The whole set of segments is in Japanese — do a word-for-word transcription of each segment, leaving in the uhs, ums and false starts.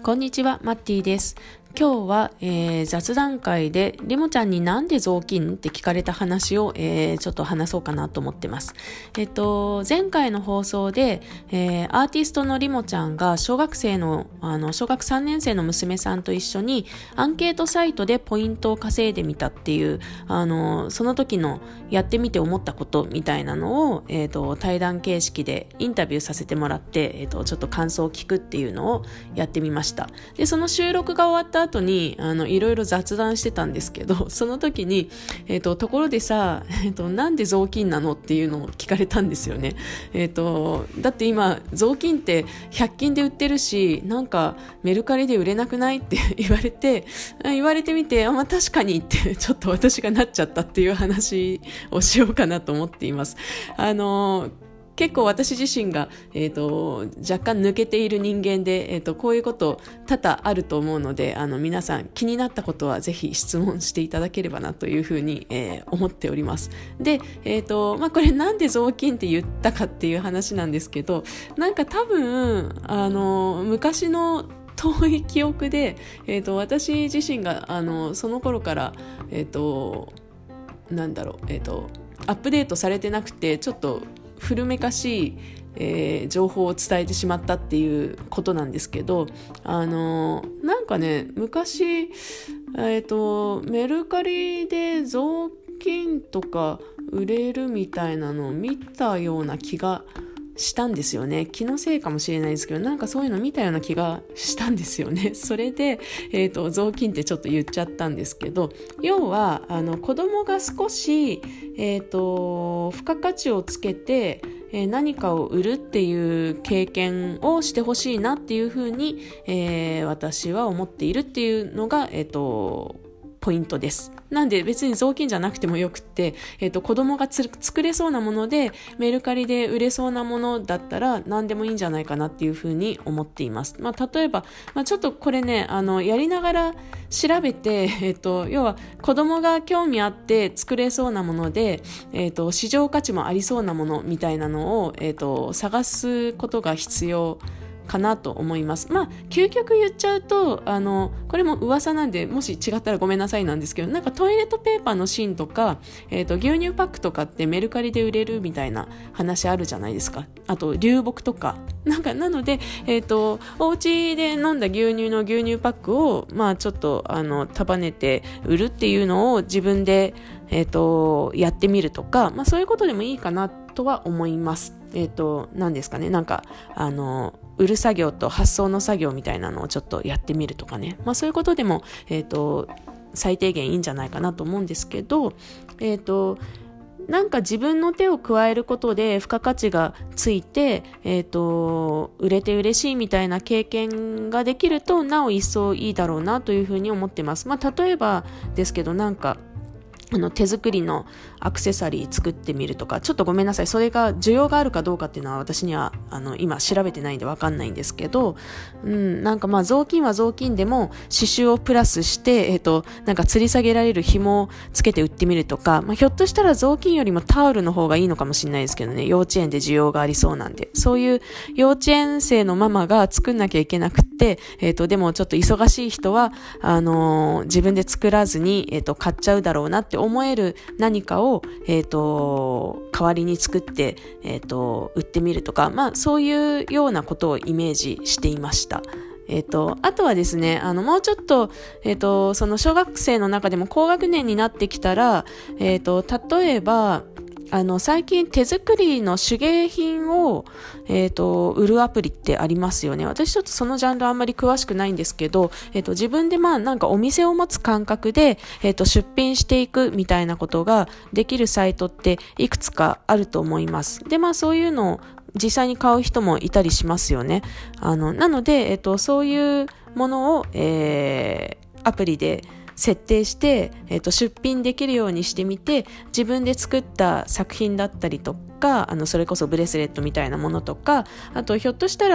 こんにちは、マッティです。今日は、えー、雑談会でリモちゃんになんで雑巾って聞かれた話を、えー、ちょっと話そうかなと思ってます。えっと、前回の放送で、えー、アーティストのリモちゃんが小学生の、あの、小学さんねん生の娘さんと一緒にアンケートサイトでポイントを稼いでみたっていう、あの、その時のやってみて思ったことみたいなのを、えっと、対談形式でインタビューさせてもらって、えっと、ちょっと感想を聞くっていうのをやってみました。で、その収録が終わった後にあのいろいろ雑談してたんですけど、その時に、えーと、ところでさ、えーと、なんで雑巾なのっていうのを聞かれたんですよね。えーと、だって今雑巾ってひゃく均で売ってるし、なんかメルカリで売れなくないって言われて言われてみて、あ、まあ、確かにってちょっと私がなっちゃったっていう話をしようかなと思っています。あの結構私自身が、えーと、若干抜けている人間で、えーと、こういうこと多々あると思うので、あの皆さん気になったことはぜひ質問していただければなというふうに、えー、思っております。で、えーとまあ、これなんで雑巾って言ったかっていう話なんですけど、なんか多分あの昔の遠い記憶で、えーと、私自身があのその頃から、えーと、なんだろう、えーと、アップデートされてなくて、ちょっと古めかしい、えー、情報を伝えてしまったっていうことなんですけど、あのー、なんかね、昔、えーと、メルカリで雑巾とか売れるみたいなのを見たような気がしたんですよね。気のせいかもしれないですけど、なんかそういうの見たような気がしたんですよね。それで、えーと、雑巾ってちょっと言っちゃったんですけど、要はあの子供が少し、えーと、付加価値をつけて、えー、何かを売るっていう経験をしてほしいなっていうふうに、えー、私は思っているっていうのが、えーと、ポイントです。なんで別に雑巾じゃなくてもよくって、えっと、子供がつ作れそうなものでメルカリで売れそうなものだったら何でもいいんじゃないかなっていうふうに思っています。まあ、例えば、まあ、ちょっとこれね、あのやりながら調べて、えっと、要は子供が興味あって作れそうなもので、えっと、市場価値もありそうなものみたいなのを、えっと、探すことが必要かなと思います。まあ究極言っちゃうと、あのこれも噂なんで、もし違ったらごめんなさいなんですけど、なんかトイレットペーパーの芯とか、えーと、牛乳パックとかってメルカリで売れるみたいな話あるじゃないですか。あと流木とかなんか、なので、えーと、お家で飲んだ牛乳の牛乳パックをまあちょっとあの束ねて売るっていうのを自分で、えーと、やってみるとか、まあそういうことでもいいかなとは思います。えっと、何ですかね、なんかあの売る作業と発送の作業みたいなのをちょっとやってみるとかね、まあそういうことでも、えっと、最低限いいんじゃないかなと思うんですけど、えっと、なんか自分の手を加えることで付加価値がついて、えっと、売れて嬉しいみたいな経験ができると、なお一層いいだろうなというふうに思ってます。まあ例えばですけど、なんかあの手作りのアクセサリー作ってみるとか、ちょっとごめんなさい、それが需要があるかどうかっていうのは私にはあの今調べてないんで分かんないんですけど、うん、なんかまあ雑巾は雑巾でも刺繍をプラスして、えっと、なんか吊り下げられる紐をつけて売ってみるとか、まあ、ひょっとしたら雑巾よりもタオルの方がいいのかもしれないですけどね、幼稚園で需要がありそうなんで、そういう幼稚園生のママが作んなきゃいけなくって、えっと、でもちょっと忙しい人はあのー、自分で作らずに、えっと、買っちゃうだろうなって思える何かを、えっと、代わりに作って、えっと、売ってみるとか、まあそういうようなことをイメージしていました。えっと、あとはですね、あの、もうちょっと、えっと、その小学生の中でも高学年になってきたら、えっと、例えば、あの最近手作りの手芸品を、えーと、売るアプリってありますよね。私ちょっとそのジャンルあんまり詳しくないんですけど、えーと、自分でまあなんかお店を持つ感覚で、えーと、出品していくみたいなことができるサイトっていくつかあると思います。で、まあそういうのを実際に買う人もいたりしますよね。あのなので、えーと、そういうものを、えー、アプリで設定して、えーと、出品できるようにしてみて、自分で作った作品だったりとか、あのそれこそブレスレットみたいなものとか、あとひょっとしたら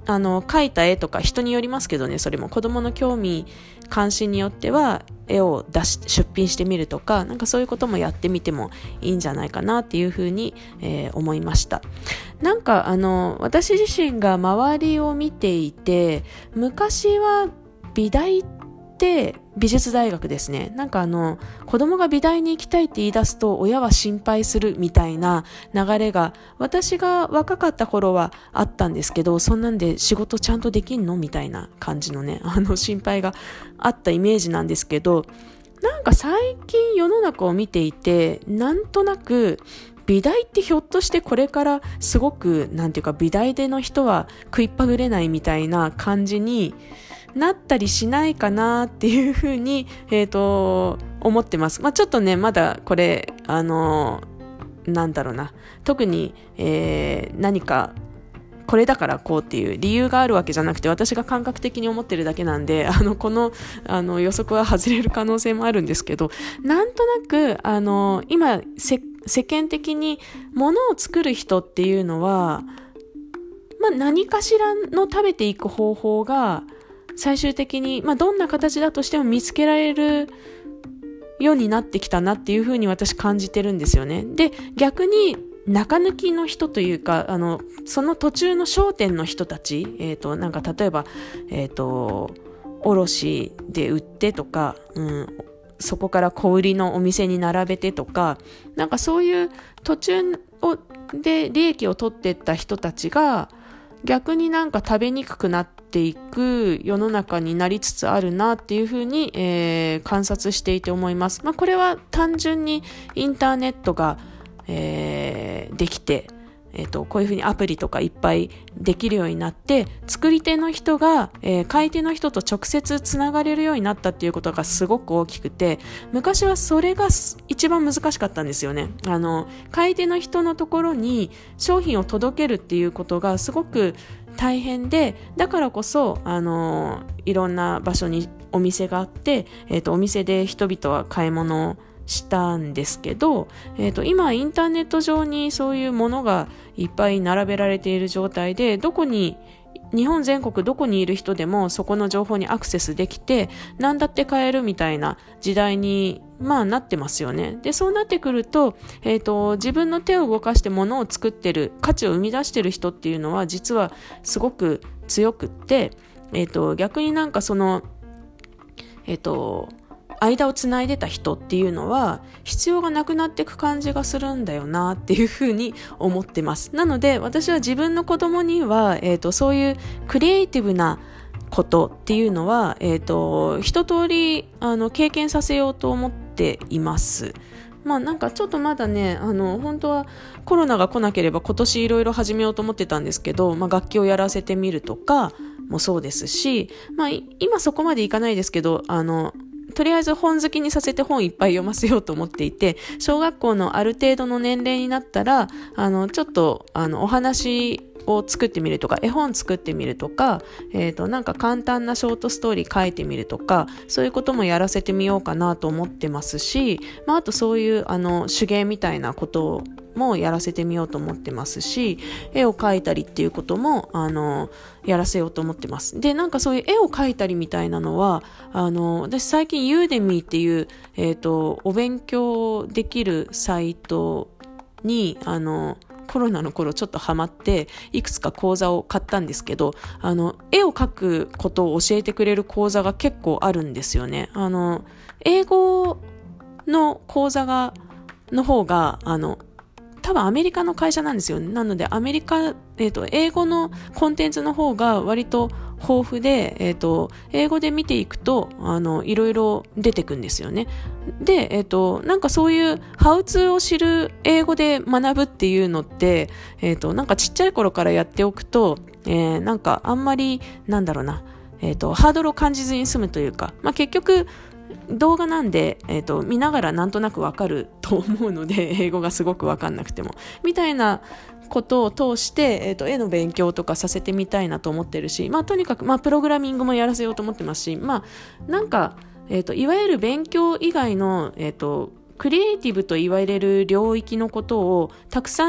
あの描いた絵とか人によりますけどね、それも子供の興味関心によっては絵を出し出品してみるとか、なんかそういうこともやってみてもいいんじゃないかなっていうふうに、えー、思いました。なんかあの私自身が周りを見ていて、昔は美大って美術大学ですね。なんかあの子供が美大に行きたいって言い出すと親は心配するみたいな流れが私が若かった頃はあったんですけど、そんなんで仕事ちゃんとできんのみたいな感じのね、あの心配があったイメージなんですけど、なんか最近世の中を見ていて、なんとなく美大ってひょっとしてこれからすごくなんていうか美大での人は食いっぱぐれないみたいな感じになったりしないかなっていうふうに、えーと、思ってます。まあ、ちょっとね、まだこれ、あのー、なんだろうな。特に、えー、何か、これだからこうっていう理由があるわけじゃなくて、私が感覚的に思ってるだけなんで、あの、この、あの、予測は外れる可能性もあるんですけど、なんとなく、あのー、今、せ、世間的に物を作る人っていうのは、まあ、何かしらの食べていく方法が、最終的に、まあ、どんな形だとしても見つけられるようになってきたなっていうふうに私感じてるんですよね。で、逆に中抜きの人というか、あの、その途中の商店の人たち、えっと、なんか例えば、えっと、卸で売ってとか、うん、そこから小売りのお店に並べてとか、なんかそういう途中をで利益を取っていった人たちが、逆になんか食べにくくなっていく世の中になりつつあるなっていうふうに、えー、観察していて思います。まあ、これは単純にインターネットが、えー、できて、えーと、こういうふうにアプリとかいっぱいできるようになって、作り手の人が、えー、買い手の人と直接つながれるようになったっていうことがすごく大きくて、昔はそれが一番難しかったんですよね。あの、買い手の人のところに商品を届けるっていうことがすごく大変で、だからこそ、あの、いろんな場所にお店があって、えーと、お店で人々は買い物をしたんですけど、えーと、今インターネット上にそういうものがいっぱい並べられている状態で、どこに日本全国どこにいる人でもそこの情報にアクセスできて何だって買えるみたいな時代にまあなってますよね。で、そうなってくると、えーと、自分の手を動かして物を作ってる、価値を生み出してる人っていうのは実はすごく強くって、えーと、逆になんかそのえっと間をつないでた人っていうのは必要がなくなっていく感じがするんだよなっていうふうに思ってます。なので私は自分の子供には、えーと、そういうクリエイティブなことっていうのは、えーと、一通りあの経験させようと思っています。まあなんかちょっとまだね、あの本当はコロナが来なければ今年いろいろ始めようと思ってたんですけど、まあ楽器をやらせてみるとかもそうですし、まあ今そこまでいかないですけど、あのとりあえず本好きにさせて本いっぱい読ませようと思っていて、小学校のある程度の年齢になったら、あの、ちょっと、あの、お話を作ってみるとか、絵本作ってみるとか、えっと、なんか簡単なショートストーリー書いてみるとか、そういうこともやらせてみようかなと思ってますし、まあ、あとそういう、あの、手芸みたいなことを、もやらせてみようと思ってますし、絵を描いたりっていうこともあのやらせようと思ってます。で、なんかそういう絵を描いたりみたいなのは、あの私最近ユーデミーっていう、えっとお勉強できるサイトにあのコロナの頃ちょっとハマっていくつか講座を買ったんですけど、あの絵を描くことを教えてくれる講座が結構あるんですよね。あの英語の講座がの方があの多分アメリカの会社なんですよね。なのでアメリカ、えっと、英語のコンテンツの方が割と豊富で、えっと、英語で見ていくと、あの、いろいろ出てくんですよね。で、えっと、なんかそういうハウツーを知る英語で学ぶっていうのって、えっと、なんかちっちゃい頃からやっておくと、えー、なんかあんまり、なんだろうな、えっと、ハードルを感じずに済むというか、まあ、結局、動画なんで、えーと、見ながらなんとなくわかると思うので、英語がすごくわかんなくてもみたいなことを通して、えーと、絵の勉強とかさせてみたいなと思ってるし、まあとにかく、まあプログラミングもやらせようと思ってますし、まあなんか、えーと、いわゆる勉強以外の、えーと、クリエイティブと言われる領域のことをたくさん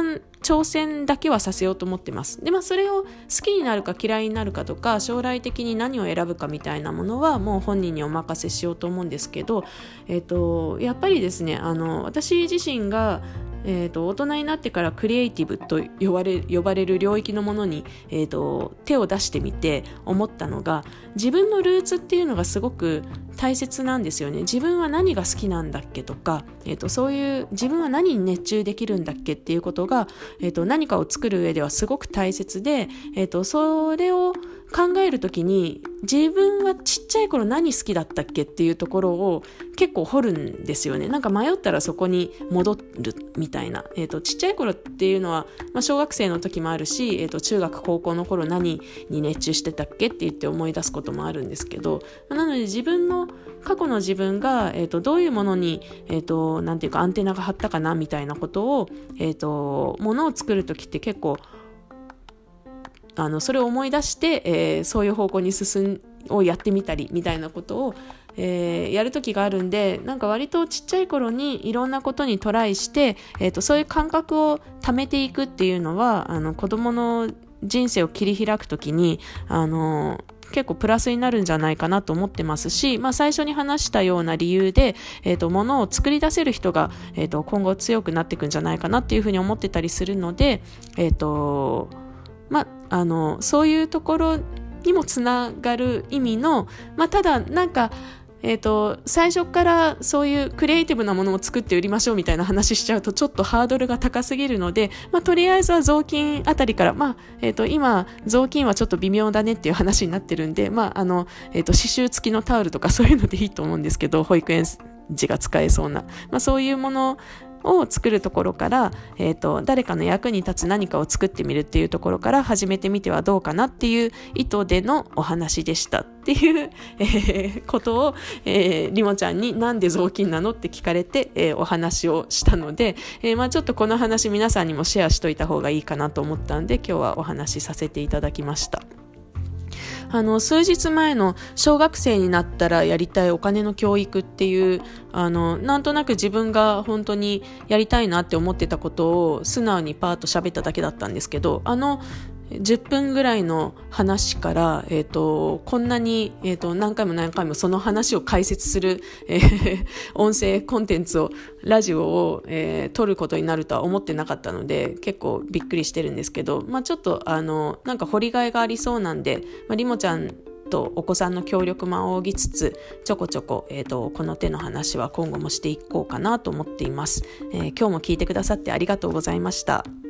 挑戦だけはさせようと思ってます。で、まあ、それを好きになるか嫌いになるかとか、将来的に何を選ぶかみたいなものはもう本人にお任せしようと思うんですけど、えーと、やっぱりですね、あの私自身がえーと、大人になってからクリエイティブと呼ばれ、呼ばれる領域のものに、えーと、手を出してみて思ったのが、自分のルーツっていうのがすごく大切なんですよね。自分は何が好きなんだっけとか、えーと、そういう自分は何に熱中できるんだっけっていうことが、えーと、何かを作る上ではすごく大切で、えーと、それを考えるときに自分はちっちゃい頃何好きだったっけっていうところを結構掘るんですよね。なんか迷ったらそこに戻るみたいな、えーと、ちっちゃい頃っていうのは、まあ、小学生の時もあるし、えーと、中学高校の頃何に熱中してたっけって言って思い出すこともあるんですけど、なので自分の過去の自分が、えーと、どういうものに、えーと、なんていうかアンテナが張ったかなみたいなことを、えーと、ものを作る時って結構あのそれを思い出して、えー、そういう方向に進んをやってみたりみたいなことを、えー、やる時があるんで、なんか割とちっちゃい頃にいろんなことにトライして、えーと、そういう感覚を貯めていくっていうのは、あの子供の人生を切り開く時にあの結構プラスになるんじゃないかなと思ってますし、まあ、最初に話したような理由で、えーと、ものを作り出せる人が、えーと、今後強くなっていくんじゃないかなっていうふうに思ってたりするので、えーとまあ、あのそういうところにもつながる意味の、まあ、ただなんか、えーと、最初からそういうクリエイティブなものを作って売りましょうみたいな話しちゃうとちょっとハードルが高すぎるので、まあ、とりあえずは雑巾あたりから、まあえーと、今雑巾はちょっと微妙だねっていう話になってるんで、まああのえーと、刺繍付きのタオルとかそういうのでいいと思うんですけど、保育園児が使えそうな、まあ、そういうものを作るところから、えーと、誰かの役に立つ何かを作ってみるっていうところから始めてみてはどうかなっていう意図でのお話でしたっていう、えー、ことを、えー、りもちゃんになんで雑巾なのって聞かれて、えー、お話をしたので、えーまあ、ちょっとこの話皆さんにもシェアしといた方がいいかなと思ったんで、今日はお話しさせていただきました。あの数日前の小学生になったらやりたいお金の教育っていう、あのなんとなく自分が本当にやりたいなって思ってたことを素直にパーッと喋っただけだったんですけど、あのじゅっぷんぐらいの話から、えーと、こんなに、えーと、何回も何回もその話を解説する、えー、音声コンテンツをラジオを、えー、撮ることになるとは思ってなかったので結構びっくりしてるんですけど、まあ、ちょっとあのなんか掘りがいがありそうなんで、まあ、りもちゃんとお子さんの協力も仰ぎつつちょこちょこ、えーと、この手の話は今後もしていこうかなと思っています。えー、今日も聞いてくださってありがとうございました。